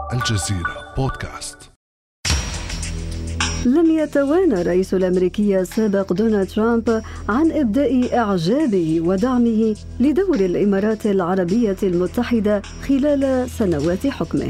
الجزيرة بودكاست. لم يتوانى الرئيس الأمريكي السابق دونالد ترامب عن إبداء إعجابه ودعمه لدور الإمارات العربية المتحدة خلال سنوات حكمه.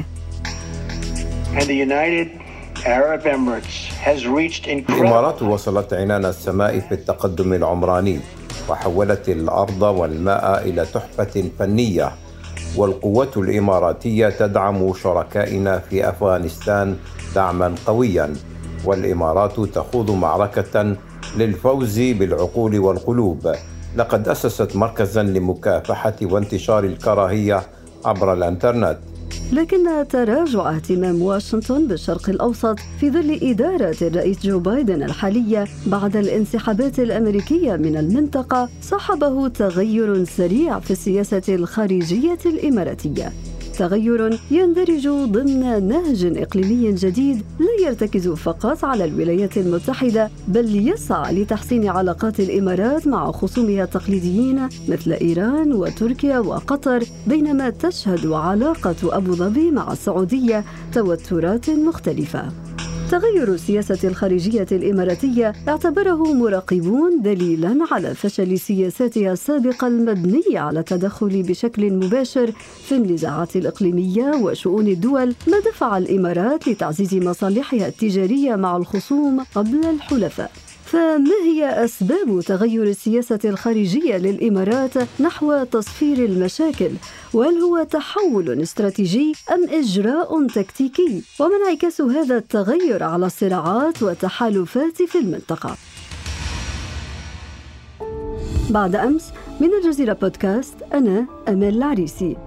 الإمارات وصلت عنان السماء في التقدم العمراني، وحولت الأرض والماء إلى تحفة فنية، والقوة الإماراتية تدعم شركائنا في أفغانستان دعما قويا، والإمارات تخوض معركة للفوز بالعقول والقلوب. لقد أسست مركزا لمكافحة وانتشار الكراهية عبر الإنترنت. لكن تراجع اهتمام واشنطن بالشرق الأوسط في ظل إدارة الرئيس جو بايدن الحالية بعد الانسحابات الأمريكية من المنطقة صاحبه تغير سريع في السياسة الخارجية الإماراتية، تغير يندرج ضمن نهج إقليمي جديد لا يرتكز فقط على الولايات المتحدة، بل يسعى لتحسين علاقات الإمارات مع خصومها التقليديين مثل إيران وتركيا وقطر، بينما تشهد علاقة أبو ظبي مع السعودية توترات مختلفة. تغير السياسة الخارجية الإماراتية اعتبره مراقبون دليلاً على فشل سياساتها السابقة المبنية على التدخل بشكل مباشر في النزاعات الإقليمية وشؤون الدول، ما دفع الإمارات لتعزيز مصالحها التجارية مع الخصوم قبل الحلفاء. فما هي أسباب تغير السياسة الخارجية للإمارات نحو تصفير المشاكل؟ وهل هو تحول استراتيجي أم إجراء تكتيكي؟ وما انعكاس هذا التغير على الصراعات والتحالفات في المنطقة؟ بعد أمس من الجزيرة بودكاست، أنا أمال العريسي.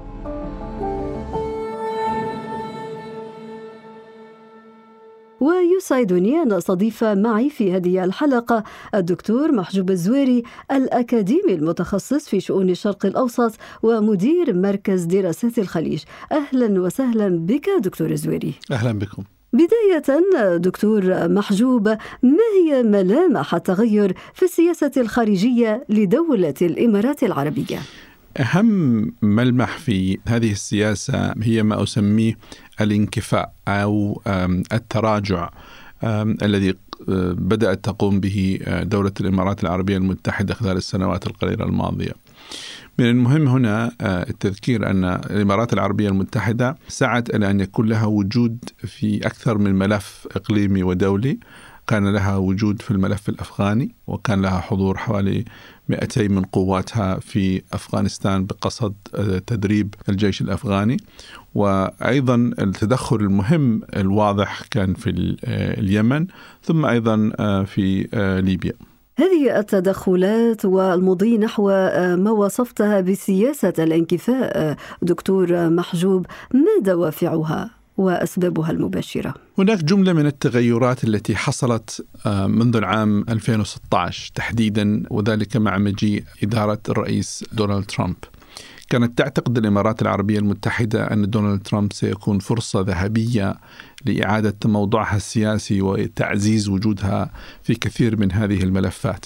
ويسعدني أن أستضيف معي في هذه الحلقة الدكتور محجوب الزويري، الأكاديمي المتخصص في شؤون الشرق الأوسط ومدير مركز دراسات الخليج. أهلا وسهلا بك دكتور الزويري. أهلا بكم. بداية دكتور محجوب، ما هي ملامح التغير في السياسة الخارجية لدولة الإمارات العربية؟ أهم ملمح في هذه السياسة هي ما أسميه الانكفاء أو التراجع الذي بدأت تقوم به دولة الإمارات العربية المتحدة خلال السنوات القليلة الماضية. من المهم هنا التذكير أن الإمارات العربية المتحدة سعت إلى أن يكون لها وجود في أكثر من ملف إقليمي ودولي. كان لها وجود في الملف الأفغاني، وكان لها حضور حوالي 200 من قواتها في أفغانستان بقصد تدريب الجيش الأفغاني، وأيضا التدخل المهم الواضح كان في اليمن، ثم أيضا في ليبيا. هذه التدخلات والمضي نحو ما وصفتها بسياسة الانكفاء دكتور محجوب، ما دوافعها وأسبابها المباشرة؟ هناك جملة من التغيرات التي حصلت منذ العام 2016 تحديدا، وذلك مع مجيء إدارة الرئيس دونالد ترامب. كانت تعتقد الإمارات العربية المتحدة أن دونالد ترامب سيكون فرصة ذهبية لإعادة تموضعها السياسي وتعزيز وجودها في كثير من هذه الملفات،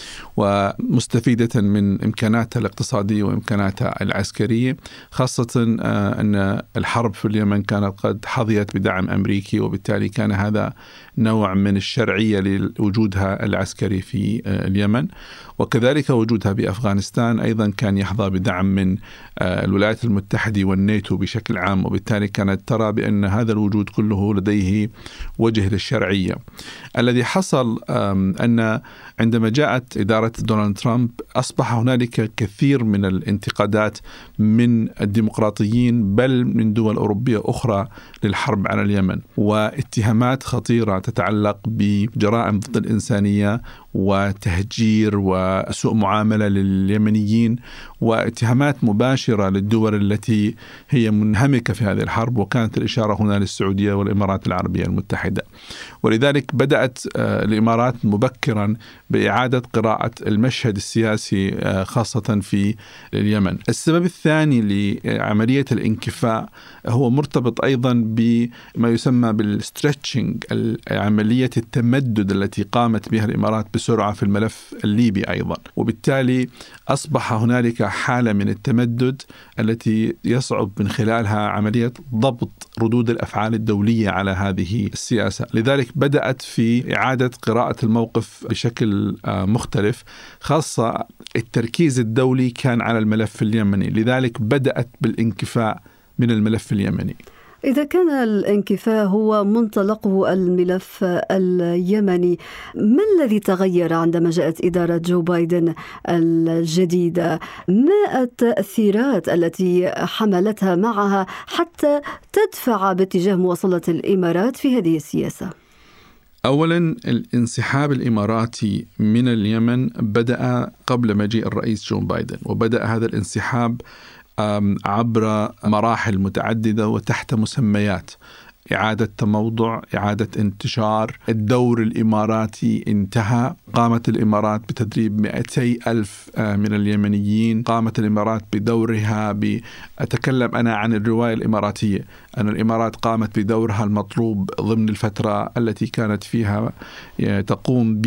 ومستفيدة من إمكاناتها الاقتصادية وإمكاناتها العسكرية، خاصة أن الحرب في اليمن كانت قد حظيت بدعم أمريكي، وبالتالي كان هذا نوع من الشرعية لوجودها العسكري في اليمن. وكذلك وجودها بأفغانستان أيضا كان يحظى بدعم من الولايات المتحدة والناتو بشكل عام، وبالتالي كانت ترى بأن هذا الوجود كله لديه وجه للشرعية. الذي حصل أن عندما جاءت إدارة دونالد ترامب أصبح هنالك كثير من الانتقادات من الديمقراطيين بل من دول أوروبية أخرى للحرب على اليمن، واتهامات خطيرة تتعلق بجرائم ضد الإنسانية وتهجير وسوء معاملة لليمنيين، واتهامات مباشرة للدول التي هي منهمكة في هذه الحرب، وكانت الإشارة هنا للسعودية والإمارات العربية المتحدة. ولذلك بدأت الإمارات مبكرا بإعادة قراءة المشهد السياسي خاصة في اليمن. السبب الثاني لعملية الانكفاء هو مرتبط أيضا بما يسمى بالستريتشنج، عملية التمدد التي قامت بها الإمارات بسرعة في الملف الليبي أيضا، وبالتالي أصبح هنالك حالة من التمدد التي يصعب من خلالها عملية ضبط ردود الأفعال الدولية على هذه السياسة. لذلك بدأت في إعادة قراءة الموقف بشكل مختلف، خاصة التركيز الدولي كان على الملف اليمني، لذلك بدأت بالانكفاء من الملف اليمني. إذا كان الانكفاء هو منطلقه الملف اليمني، ما الذي تغير عندما جاءت إدارة جو بايدن الجديدة؟ ما التأثيرات التي حملتها معها حتى تدفع باتجاه مواصلة الإمارات في هذه السياسة؟ أولاً، الانسحاب الإماراتي من اليمن بدأ قبل مجيء الرئيس جو بايدن، وبدأ هذا الانسحاب عبر مراحل متعددة وتحت مسميات: إعادة تموضع، إعادة انتشار. الدور الإماراتي انتهى، قامت الإمارات بتدريب 200,000 من اليمنيين، قامت الإمارات بدورها أتكلم أنا عن الرواية الإماراتية، أن الإمارات قامت بدورها المطلوب ضمن الفترة التي كانت فيها تقوم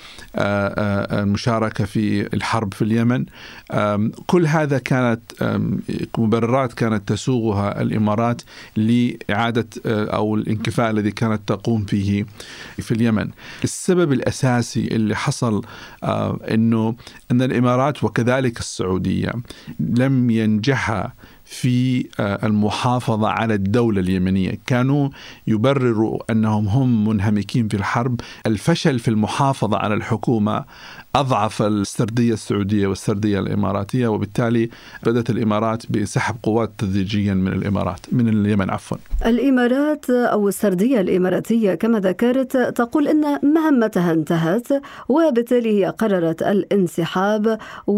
بالمشاركة في الحرب في اليمن. كل هذا كانت مبررات كانت تسوغها الإمارات لإعادة أو الانكفاء الذي كانت تقوم فيه في اليمن. السبب الأساسي اللي حصل أن الإمارات وكذلك السعودية لم ينجحا في المحافظة على الدولة اليمنية، كانوا يبرروا أنهم هم منهمكين في الحرب. الفشل في المحافظة على الحكومة أضعف السردية السعودية والسردية الإماراتية، وبالتالي بدأت الإمارات بسحب قوات تدريجيا من اليمن. الإمارات أو السردية الإماراتية كما ذكرت تقول إن مهمتها انتهت، وبالتالي هي قررت الانسحاب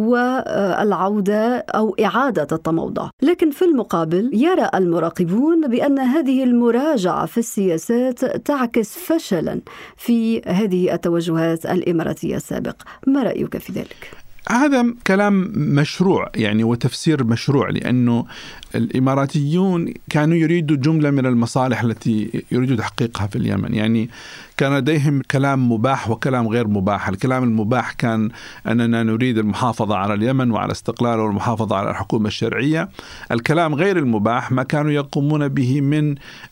والعودة أو إعادة التموضع. لكن في المقابل يرى المراقبون بأن هذه المراجعة في السياسات تعكس فشلا في هذه التوجهات الإماراتية السابقة. ما رأيك في ذلك؟ هذا كلام مشروع وتفسير مشروع، لأنه الإماراتيون كانوا يريدوا جملة من المصالح التي يريدوا تحقيقها في اليمن. كان لديهم كلام مباح وكلام غير مباح. الكلام المباح كان أننا نريد المحافظة على اليمن وعلى استقلاله والمحافظة على الحكومة الشرعية. الكلام غير المباح ما كانوا يقومون به من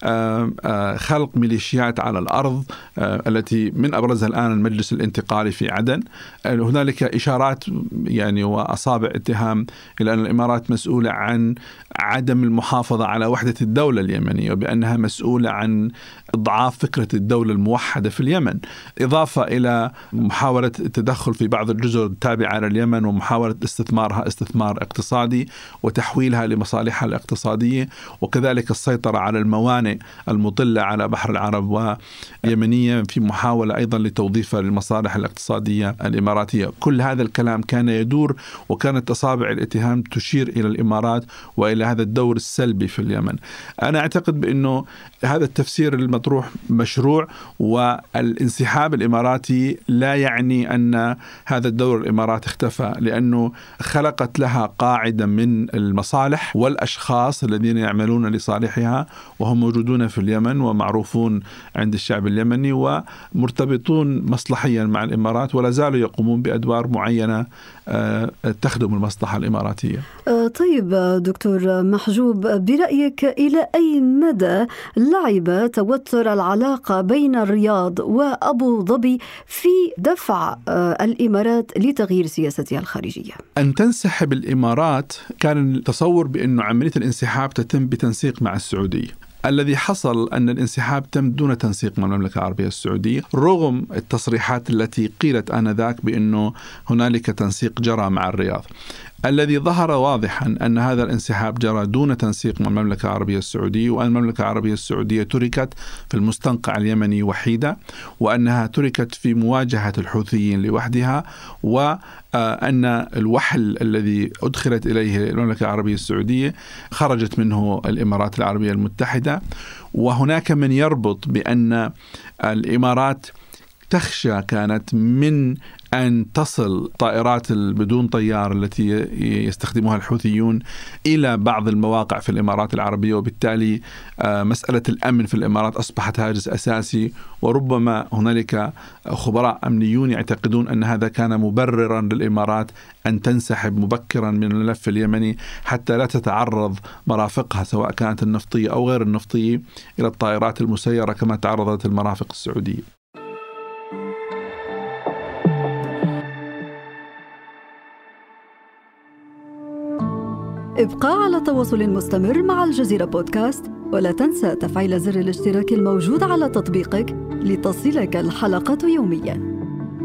خلق ميليشيات على الأرض، التي من أبرزها الآن المجلس الانتقالي في عدن. هنالك إشارات وأصابع اتهام إلى أن الإمارات مسؤولة عن عدم المحافظة على وحدة الدولة اليمنية، وبأنها مسؤولة عن إضعاف فكرة الدولة الموحدة في اليمن، إضافة إلى محاولة التدخل في بعض الجزر التابعة لليمن ومحاولة استثمارها استثمار اقتصادي وتحويلها لمصالحها الاقتصادية، وكذلك السيطرة على الموانئ المطلة على بحر العرب واليمنية في محاولة أيضا لتوظيفها للمصالح الاقتصادية الإماراتية. كل هذا الكلام كان يدور، وكانت أصابع الاتهام تشير إلى الإمارات وإلى هذا الدور السلبي في اليمن. أنا أعتقد بأنه هذا التفسير المطروح مشروع، والانسحاب الإماراتي لا يعني أن هذا الدور الإمارات اختفى، لأنه خلقت لها قاعدة من المصالح والأشخاص الذين يعملون لصالحها، وهم موجودون في اليمن ومعروفون عند الشعب اليمني ومرتبطون مصلحيا مع الإمارات، ولا زالوا يقومون بأدوار معينة تخدم المصلحة الإماراتية. طيب دكتور محجوب، برأيك إلى أي مدى لعب توتر العلاقة بين الرياض وأبو ظبي في دفع الإمارات لتغيير سياستها الخارجية؟ أن تنسحب الإمارات كان التصور بأن عملية الانسحاب تتم بتنسيق مع السعودية. الذي حصل أن الانسحاب تم دون تنسيق مع المملكة العربية السعودية، رغم التصريحات التي قيلت آنذاك بأنه هنالك تنسيق جرى مع الرياض. الذي ظهر واضحا أن هذا الانسحاب جرى دون تنسيق مع المملكة العربية السعودية، وأن المملكة العربية السعودية تركت في المستنقع اليمني وحيدة، وأنها تركت في مواجهة الحوثيين لوحدها، وأن الوحل الذي أدخلت إليه المملكة العربية السعودية خرجت منه الإمارات العربية المتحدة. وهناك من يربط بأن الإمارات تخشى كانت من أن تصل طائرات بدون طيار التي يستخدمها الحوثيون إلى بعض المواقع في الإمارات العربية، وبالتالي مسألة الأمن في الإمارات أصبحت هاجس أساسي. وربما هنالك خبراء أمنيون يعتقدون أن هذا كان مبررا للإمارات أن تنسحب مبكرا من الملف اليمني حتى لا تتعرض مرافقها سواء كانت النفطية أو غير النفطية إلى الطائرات المسيرة كما تعرضت المرافق السعودية. ابقى على تواصل مستمر مع الجزيرة بودكاست، ولا تنسى تفعيل زر الاشتراك الموجود على تطبيقك لتصلك الحلقة يومياً.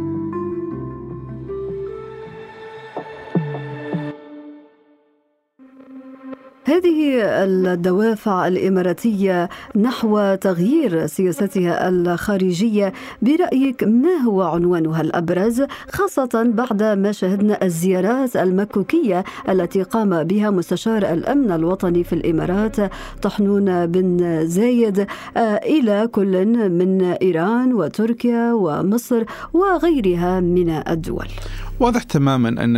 هذه الدوافع الإماراتية نحو تغيير سياستها الخارجية برأيك ما هو عنوانها الأبرز، خاصة بعد ما شهدنا الزيارات المكوكية التي قام بها مستشار الأمن الوطني في الإمارات طحنون بن زايد إلى كل من إيران وتركيا ومصر وغيرها من الدول؟ واضح تماما أن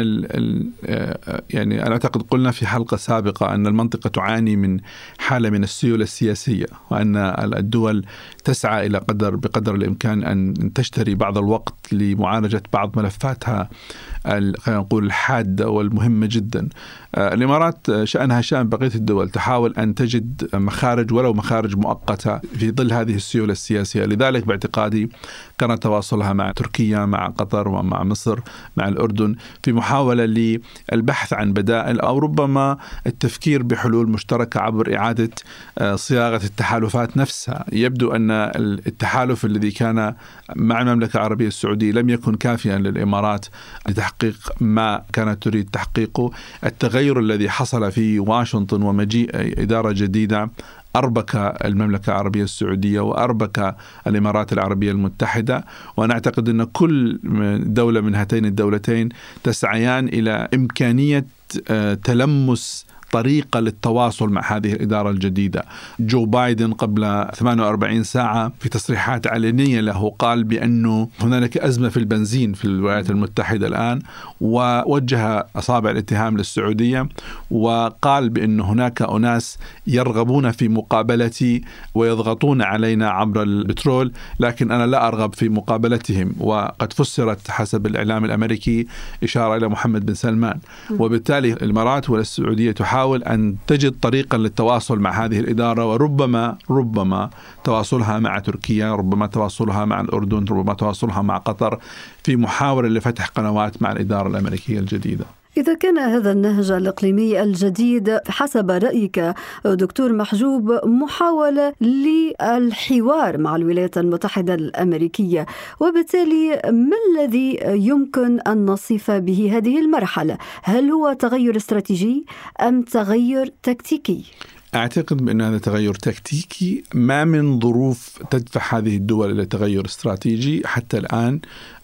يعني أنا أعتقد قلنا في حلقة سابقة أن المنطقة تعاني من حالة من السيولة السياسية، وأن الدول تسعى إلى بقدر الإمكان أن تشتري بعض الوقت لمعالجة بعض ملفاتها خلينا نقول الحادة والمهمة جدا. الإمارات شأنها شأن بقية الدول، تحاول أن تجد مخارج ولو مخارج مؤقتة في ظل هذه السيولة السياسية. لذلك باعتقادي كان تواصلها مع تركيا، مع قطر، ومع مصر، مع الأردن في محاولة للبحث عن بدائل أو ربما التفكير بحلول مشتركة عبر إعادة صياغة التحالفات نفسها. يبدو أن التحالف الذي كان مع المملكة العربية السعودية لم يكن كافيا للإمارات لتحقيق ما كانت تريد تحقيقه. التغير الذي حصل في واشنطن ومجيء إدارة جديدة أربك المملكة العربية السعودية وأربك الإمارات العربية المتحدة، وأنا أعتقد أن كل دولة من هاتين الدولتين تسعيان إلى إمكانية تلمس طريقة للتواصل مع هذه الإدارة الجديدة. جو بايدن قبل 48 ساعة في تصريحات علنية له قال بأنه هنالك أزمة في البنزين في الولايات المتحدة الآن، ووجه أصابع الاتهام للسعودية وقال بأن هناك أناس يرغبون في مقابلتي ويضغطون علينا عبر البترول، لكن أنا لا أرغب في مقابلتهم. وقد فسرت حسب الإعلام الأمريكي إشارة إلى محمد بن سلمان. وبالتالي الإمارات والسعودية تحاول أن تجد طريقا للتواصل مع هذه الإدارة، وربما تواصلها مع تركيا، ربما تواصلها مع الأردن، ربما تواصلها مع قطر في محاولة لفتح قنوات مع الإدارة الأمريكية الجديدة. إذا كان هذا النهج الإقليمي الجديد حسب رأيك دكتور محجوب محاولة للحوار مع الولايات المتحدة الأمريكية، وبالتالي ما الذي يمكن أن نصف به هذه المرحلة؟ هل هو تغير استراتيجي أم تغير تكتيكي؟ أعتقد بأن هذا تغير تكتيكي. ما من ظروف تدفع هذه الدول إلى تغير استراتيجي حتى الآن.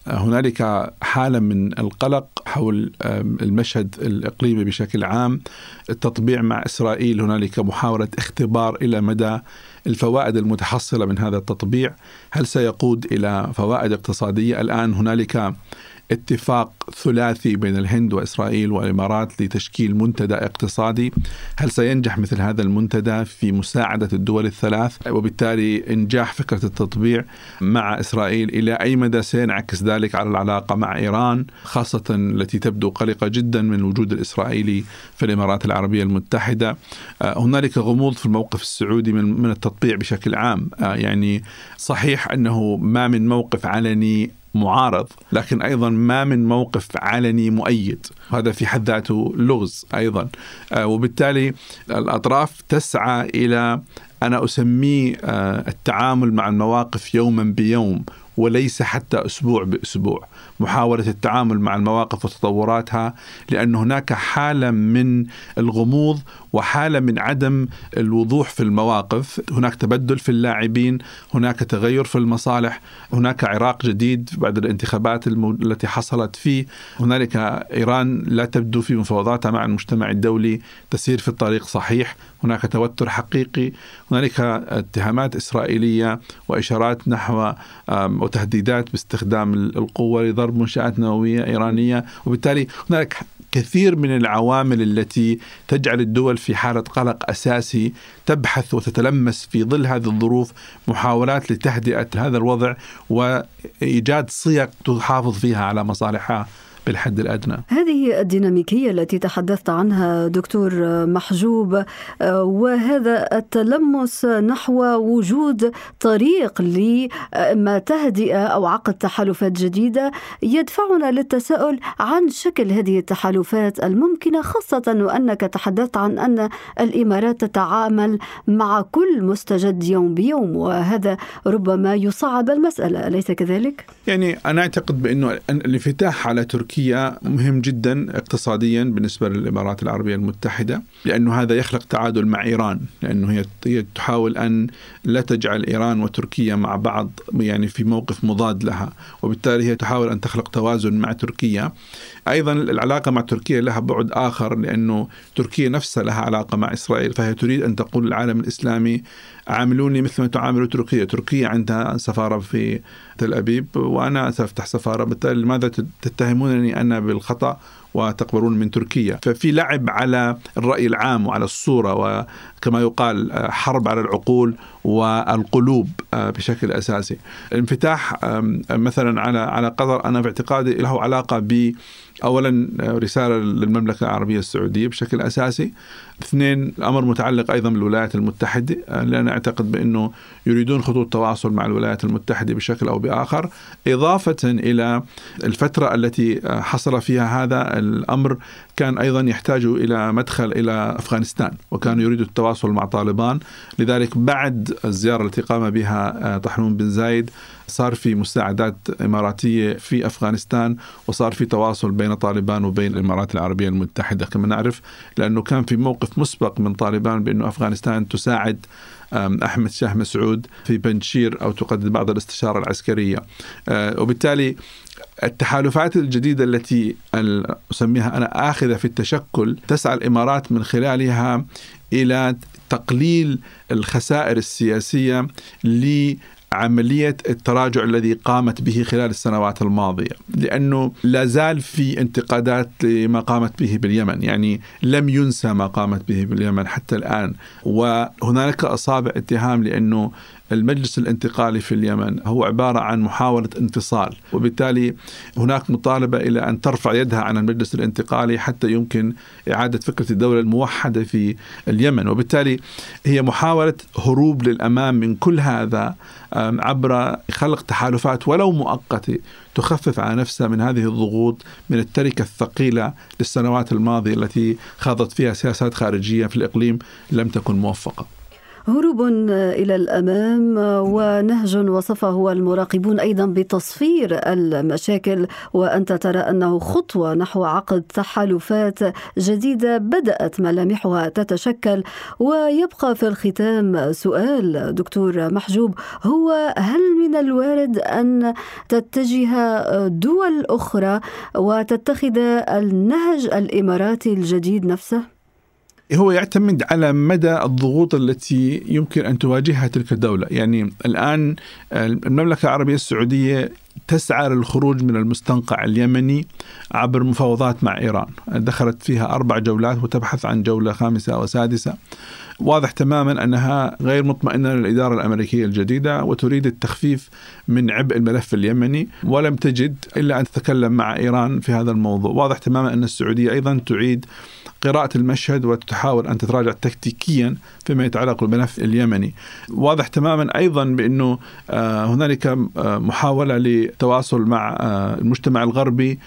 هنالك حالة من القلق حول المشهد الإقليمي بشكل عام. التطبيع مع إسرائيل، هنالك محاولة اختبار إلى مدى الفوائد المتحصلة من هذا التطبيع، هل سيقود إلى فوائد اقتصادية؟ الآن هنالك اتفاق ثلاثي بين الهند وإسرائيل والإمارات لتشكيل منتدى اقتصادي. هل سينجح مثل هذا المنتدى في مساعدة الدول الثلاث؟ وبالتالي إنجاح فكرة التطبيع مع إسرائيل إلى أي مدى سينعكس ذلك على العلاقة مع إيران، خاصة التي تبدو قلقة جدا من الوجود الإسرائيلي في الإمارات العربية المتحدة. هنالك غموض في الموقف السعودي من التطبيع بشكل عام. يعني صحيح أنه ما من موقف علني معارض، لكن أيضا ما من موقف علني مؤيد، هذا في حد ذاته لغز أيضا. وبالتالي الأطراف تسعى إلى أنا أسميه التعامل مع المواقف يوما بيوم وليس حتى أسبوع بأسبوع، محاولة التعامل مع المواقف وتطوراتها، لأن هناك حالة من الغموض وحالة من عدم الوضوح في المواقف. هناك تبدل في اللاعبين، هناك تغير في المصالح، هناك عراق جديد بعد الانتخابات التي حصلت فيه، هنالك إيران لا تبدو في مفاوضاتها مع المجتمع الدولي تسير في الطريق صحيح، هناك توتر حقيقي، هنالك اتهامات إسرائيلية وإشارات نحو وتهديدات باستخدام القوة لضرب منشآت نووية إيرانية. وبالتالي هناك كثير من العوامل التي تجعل الدول في حالة قلق أساسي تبحث وتتلمس في ظل هذه الظروف محاولات لتهدئة هذا الوضع وإيجاد صيغ تحافظ فيها على مصالحها بالحد الأدنى. هذه الديناميكية التي تحدثت عنها دكتور محجوب، وهذا التلمس نحو وجود طريق لما تهدئة أو عقد تحالفات جديدة يدفعنا للتساؤل عن شكل هذه التحالفات الممكنة، خاصة وأنك تحدثت عن أن الإمارات تتعامل مع كل مستجد يوم بيوم، وهذا ربما يصعب المسألة، أليس كذلك؟ يعني أنا أعتقد بأنه الانفتاح على تركيا مهم جدا اقتصاديا بالنسبة للإمارات العربية المتحدة، لأنه هذا يخلق تعادل مع إيران، لأنه هي تحاول أن لا تجعل إيران وتركيا مع بعض يعني في موقف مضاد لها، وبالتالي هي تحاول أن تخلق توازن مع تركيا. أيضا العلاقة مع تركيا لها بعد آخر، لأنه تركيا نفسها لها علاقة مع إسرائيل، فهي تريد أن تقول للعالم الإسلامي عاملوني مثل ما تعاملوا تركيا. تركيا عندها سفارة في تل أبيب وأنا سأفتح سفارة، بالتالي لماذا تتهمونني أنا بالخطأ وتقبلون من تركيا؟ ففي لعب على الرأي العام وعلى الصورة، وكما يقال حرب على العقول والقلوب بشكل أساسي. الانفتاح مثلا على قطر أنا في اعتقادي له علاقة أولا رسالة للمملكة العربية السعودية بشكل أساسي، اثنين الأمر متعلق أيضا بالولايات المتحدة، لأن أعتقد بأنه يريدون خطوط تواصل مع الولايات المتحدة بشكل أو بآخر، إضافة إلى الفترة التي حصل فيها هذا الأمر كان أيضا يحتاج إلى مدخل إلى أفغانستان، وكانوا يريدوا التواصل مع طالبان. لذلك بعد الزيارة التي قام بها طحنون بن زايد صار في مساعدات إماراتية في أفغانستان، وصار في تواصل بين طالبان وبين الإمارات العربية المتحدة كما نعرف، لأنه كان في موقف مسبق من طالبان بأنه أفغانستان تساعد أحمد شاه مسعود في بنشير أو تقدم بعض الاستشارة العسكرية. وبالتالي التحالفات الجديدة التي أسميها أنا آخذة في التشكل تسعى الإمارات من خلالها إلى تقليل الخسائر السياسية عملية التراجع الذي قامت به خلال السنوات الماضية، لأنه لا زال في انتقادات لما قامت به باليمن، يعني لم ينسى ما قامت به باليمن حتى الآن، وهنالك أصابع اتهام لأنه المجلس الانتقالي في اليمن هو عبارة عن محاولة انفصال، وبالتالي هناك مطالبة إلى أن ترفع يدها عن المجلس الانتقالي حتى يمكن إعادة فكرة الدولة الموحدة في اليمن. وبالتالي هي محاولة هروب للأمام من كل هذا عبر خلق تحالفات ولو مؤقتة تخفف على نفسها من هذه الضغوط، من التركة الثقيلة للسنوات الماضية التي خاضت فيها سياسات خارجية في الإقليم لم تكن موفقة. هروب إلى الأمام ونهج وصفه المراقبون أيضا بتصفير المشاكل، وأنت ترى أنه خطوة نحو عقد تحالفات جديدة بدأت ملامحها تتشكل. ويبقى في الختام سؤال دكتور محجوب، هو هل من الوارد أن تتجه دول أخرى وتتخذ النهج الإماراتي الجديد نفسه؟ هو يعتمد على مدى الضغوط التي يمكن أن تواجهها تلك الدولة. يعني الآن المملكة العربية السعودية تسعى للخروج من المستنقع اليمني عبر مفاوضات مع إيران، دخلت فيها 4 جولات وتبحث عن جولة 5 أو 6. واضح تماما أنها غير مطمئنة للإدارة الأمريكية الجديدة وتريد التخفيف من عبء الملف اليمني، ولم تجد إلا أن تتكلم مع إيران في هذا الموضوع. واضح تماما أن السعودية أيضا تعيد قراءة المشهد وتحاول أن تتراجع تكتيكيا فيما يتعلق بالملف اليمني. واضح تماما أيضا بأنه هنالك محاولة للتواصل مع المجتمع الغربي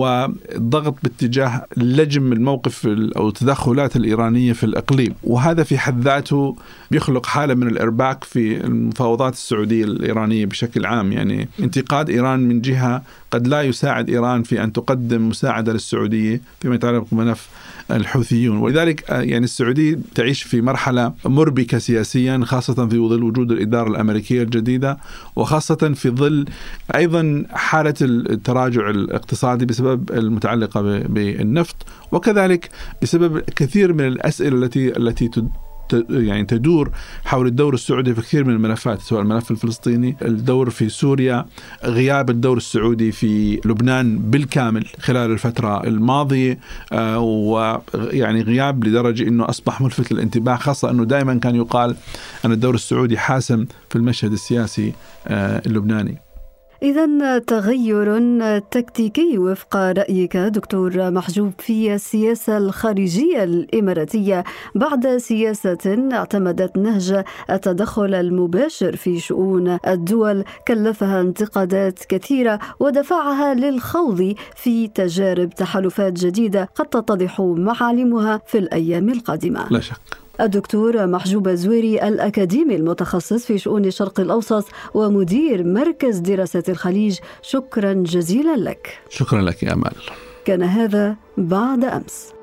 والضغط باتجاه لجم الموقف أو التدخلات الإيرانية في الإقليم، وهذا في حد ذاته بيخلق حالة من الإرباك في المفاوضات السعودية الإيرانية بشكل عام. يعني انتقاد إيران من جهة قد لا يساعد إيران في أن تقدم مساعدة للسعودية فيما يتعلق بملف الحوثيون. ولذلك يعني السعودية تعيش في مرحلة مربكة سياسيا، خاصة في ظل وجود الإدارة الأمريكية الجديدة، وخاصة في ظل أيضا حالة التراجع الاقتصادي بسبب المتعلقة بالنفط، وكذلك بسبب كثير من الأسئلة التي يعني تدور حول الدور السعودي في كثير من الملفات، سواء الملف الفلسطيني، الدور في سوريا، غياب الدور السعودي في لبنان بالكامل خلال الفترة الماضية، ويعني غياب لدرجة أنه أصبح ملفت للانتباه، خاصة أنه دائما كان يقال أن الدور السعودي حاسم في المشهد السياسي اللبناني. إذن تغير تكتيكي وفق رأيك دكتور محجوب في السياسة الخارجية الإماراتية بعد سياسة اعتمدت نهج التدخل المباشر في شؤون الدول، كلفها انتقادات كثيرة ودفعها للخوض في تجارب تحالفات جديدة قد تتضح معالمها في الأيام القادمة. لا شك. الدكتور محجوب الزويري الأكاديمي المتخصص في شؤون الشرق الأوسط ومدير مركز دراسة الخليج، شكرا جزيلا لك. شكرا لك يا أمال. كان هذا بعد أمس.